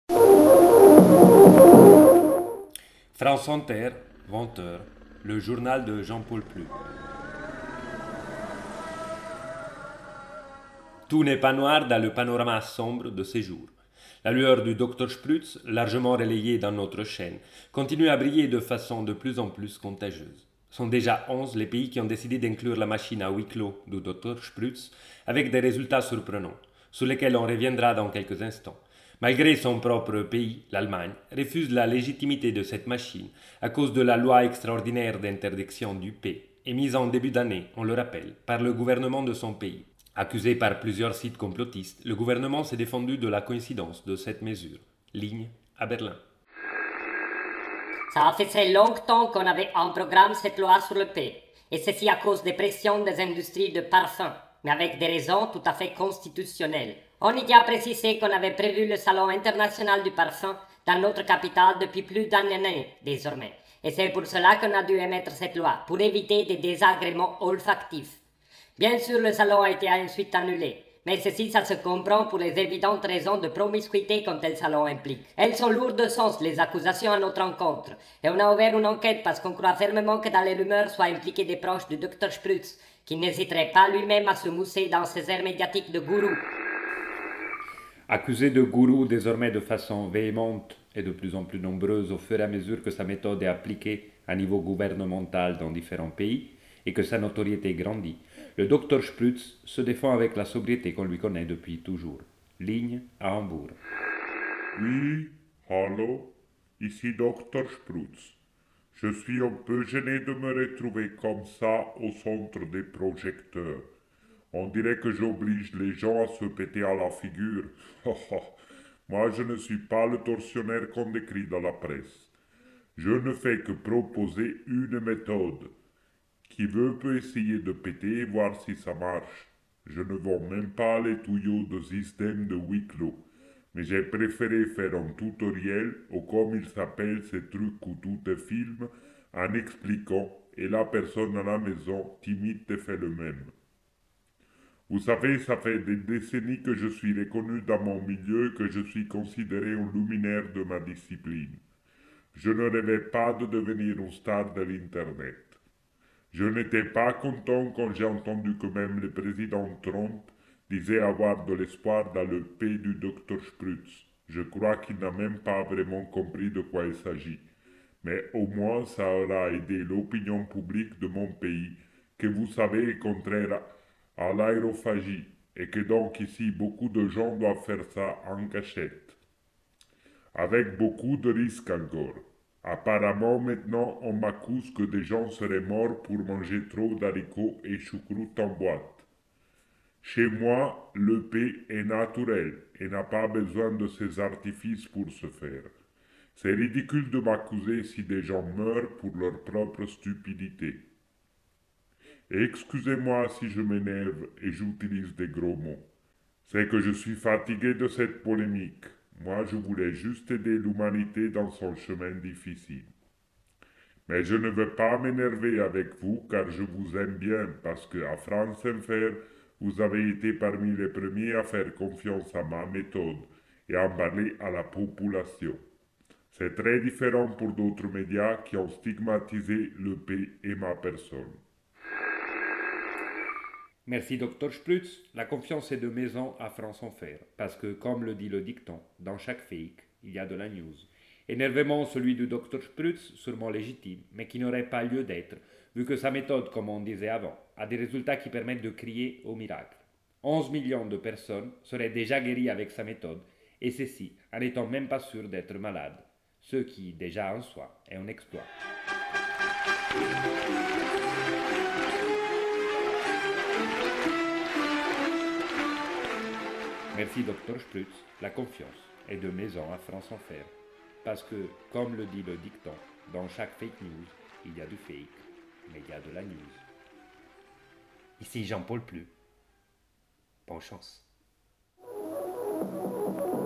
France Inter, 20h, le journal de Jean-Paul Plu. Tout n'est pas noir dans le panorama sombre de ces jours. La lueur du Dr Sprutz, largement relayée dans notre chaîne, continue à briller de façon de plus en plus contagieuse. Sont déjà 11 les pays qui ont décidé d'inclure la machine à huis clos du Dr Sprutz avec des résultats surprenants, sur lesquels on reviendra dans quelques instants. Malgré son propre pays, l'Allemagne, refuse la légitimité de cette machine à cause de la loi extraordinaire d'interdiction du P, émise en début d'année, on le rappelle, par le gouvernement de son pays. Accusé par plusieurs sites complotistes, le gouvernement s'est défendu de la coïncidence de cette mesure. Ligne à Berlin. Ça faisait longtemps qu'on avait en programme cette loi sur le P, et ceci à cause des pressions des industries de parfum, mais avec des raisons tout à fait constitutionnelles. On y a précisé qu'on avait prévu le Salon international du parfum dans notre capitale depuis plus d'une année désormais, et c'est pour cela qu'on a dû émettre cette loi, pour éviter des désagréments olfactifs. Bien sûr, le salon a été ensuite annulé, mais ceci, ça se comprend pour les évidentes raisons de promiscuité qu'un tel salon implique. Elles sont lourdes de sens, les accusations à notre encontre, et on a ouvert une enquête parce qu'on croit fermement que dans les rumeurs soient impliqués des proches du Dr Sprutz, qui n'hésiterait pas lui-même à se mousser dans ses airs médiatiques de gourou. Accusé de gourou désormais de façon véhémente et de plus en plus nombreuse au fur et à mesure que sa méthode est appliquée à niveau gouvernemental dans différents pays et que sa notoriété grandit, le Dr Sprutz se défend avec la sobriété qu'on lui connaît depuis toujours. Ligne à Hambourg. Oui, allô, ici Dr Sprutz. Je suis un peu gêné de me retrouver comme ça au centre des projecteurs. On dirait que j'oblige les gens à se péter à la figure. Moi, je ne suis pas le tortionnaire qu'on décrit dans la presse. Je ne fais que proposer une méthode. Qui veut peut essayer de péter et voir si ça marche. Je ne vends même pas les tuyaux de système de huis clos. Mais j'ai préféré faire un tutoriel, ou comme il s'appelle ces trucs où tout est film, en expliquant, et la personne à la maison timide te fait le même. Vous savez, ça fait des décennies que je suis reconnu dans mon milieu, que je suis considéré un luminaire de ma discipline. Je ne rêvais pas de devenir une star de l'Internet. Je n'étais pas content quand j'ai entendu que même le président Trump disait avoir de l'espoir dans le P du Dr Sprutz. Je crois qu'il n'a même pas vraiment compris de quoi il s'agit. Mais au moins ça aura aidé l'opinion publique de mon pays, que vous savez est contraire à l'aérophagie, et que donc ici beaucoup de gens doivent faire ça en cachette. Avec beaucoup de risques encore. Apparemment maintenant on m'accuse que des gens seraient morts pour manger trop d'haricots et choucroute en boîte. Chez moi, le P est naturel et n'a pas besoin de ces artifices pour se faire. C'est ridicule de m'accuser si des gens meurent pour leur propre stupidité. Et excusez-moi si je m'énerve et j'utilise des gros mots. C'est que je suis fatigué de cette polémique. Moi, je voulais juste aider l'humanité dans son chemin difficile. Mais je ne veux pas m'énerver avec vous car je vous aime bien parce que à France Infer, vous avez été parmi les premiers à faire confiance à ma méthode et à en parler à la population. C'est très différent pour d'autres médias qui ont stigmatisé le P et ma personne. Merci Dr Sprutz. La confiance est de maison à France Enfer, parce que, comme le dit le dicton, dans chaque fake, il y a de la news. Énervement celui du Dr Sprutz, sûrement légitime, mais qui n'aurait pas lieu d'être, vu que sa méthode, comme on disait avant, a des résultats qui permettent de crier au miracle. 11 millions de personnes seraient déjà guéries avec sa méthode, et ceci en n'étant même pas sûrs d'être malades, ce qui, déjà en soi, est un exploit. Merci Dr Sprutz, la confiance est de maison à France Enfer. Parce que, comme le dit le dicton, dans chaque fake news, il y a du fake, mais il y a de la news. Ici Jean-Paul Plu. Bonne chance.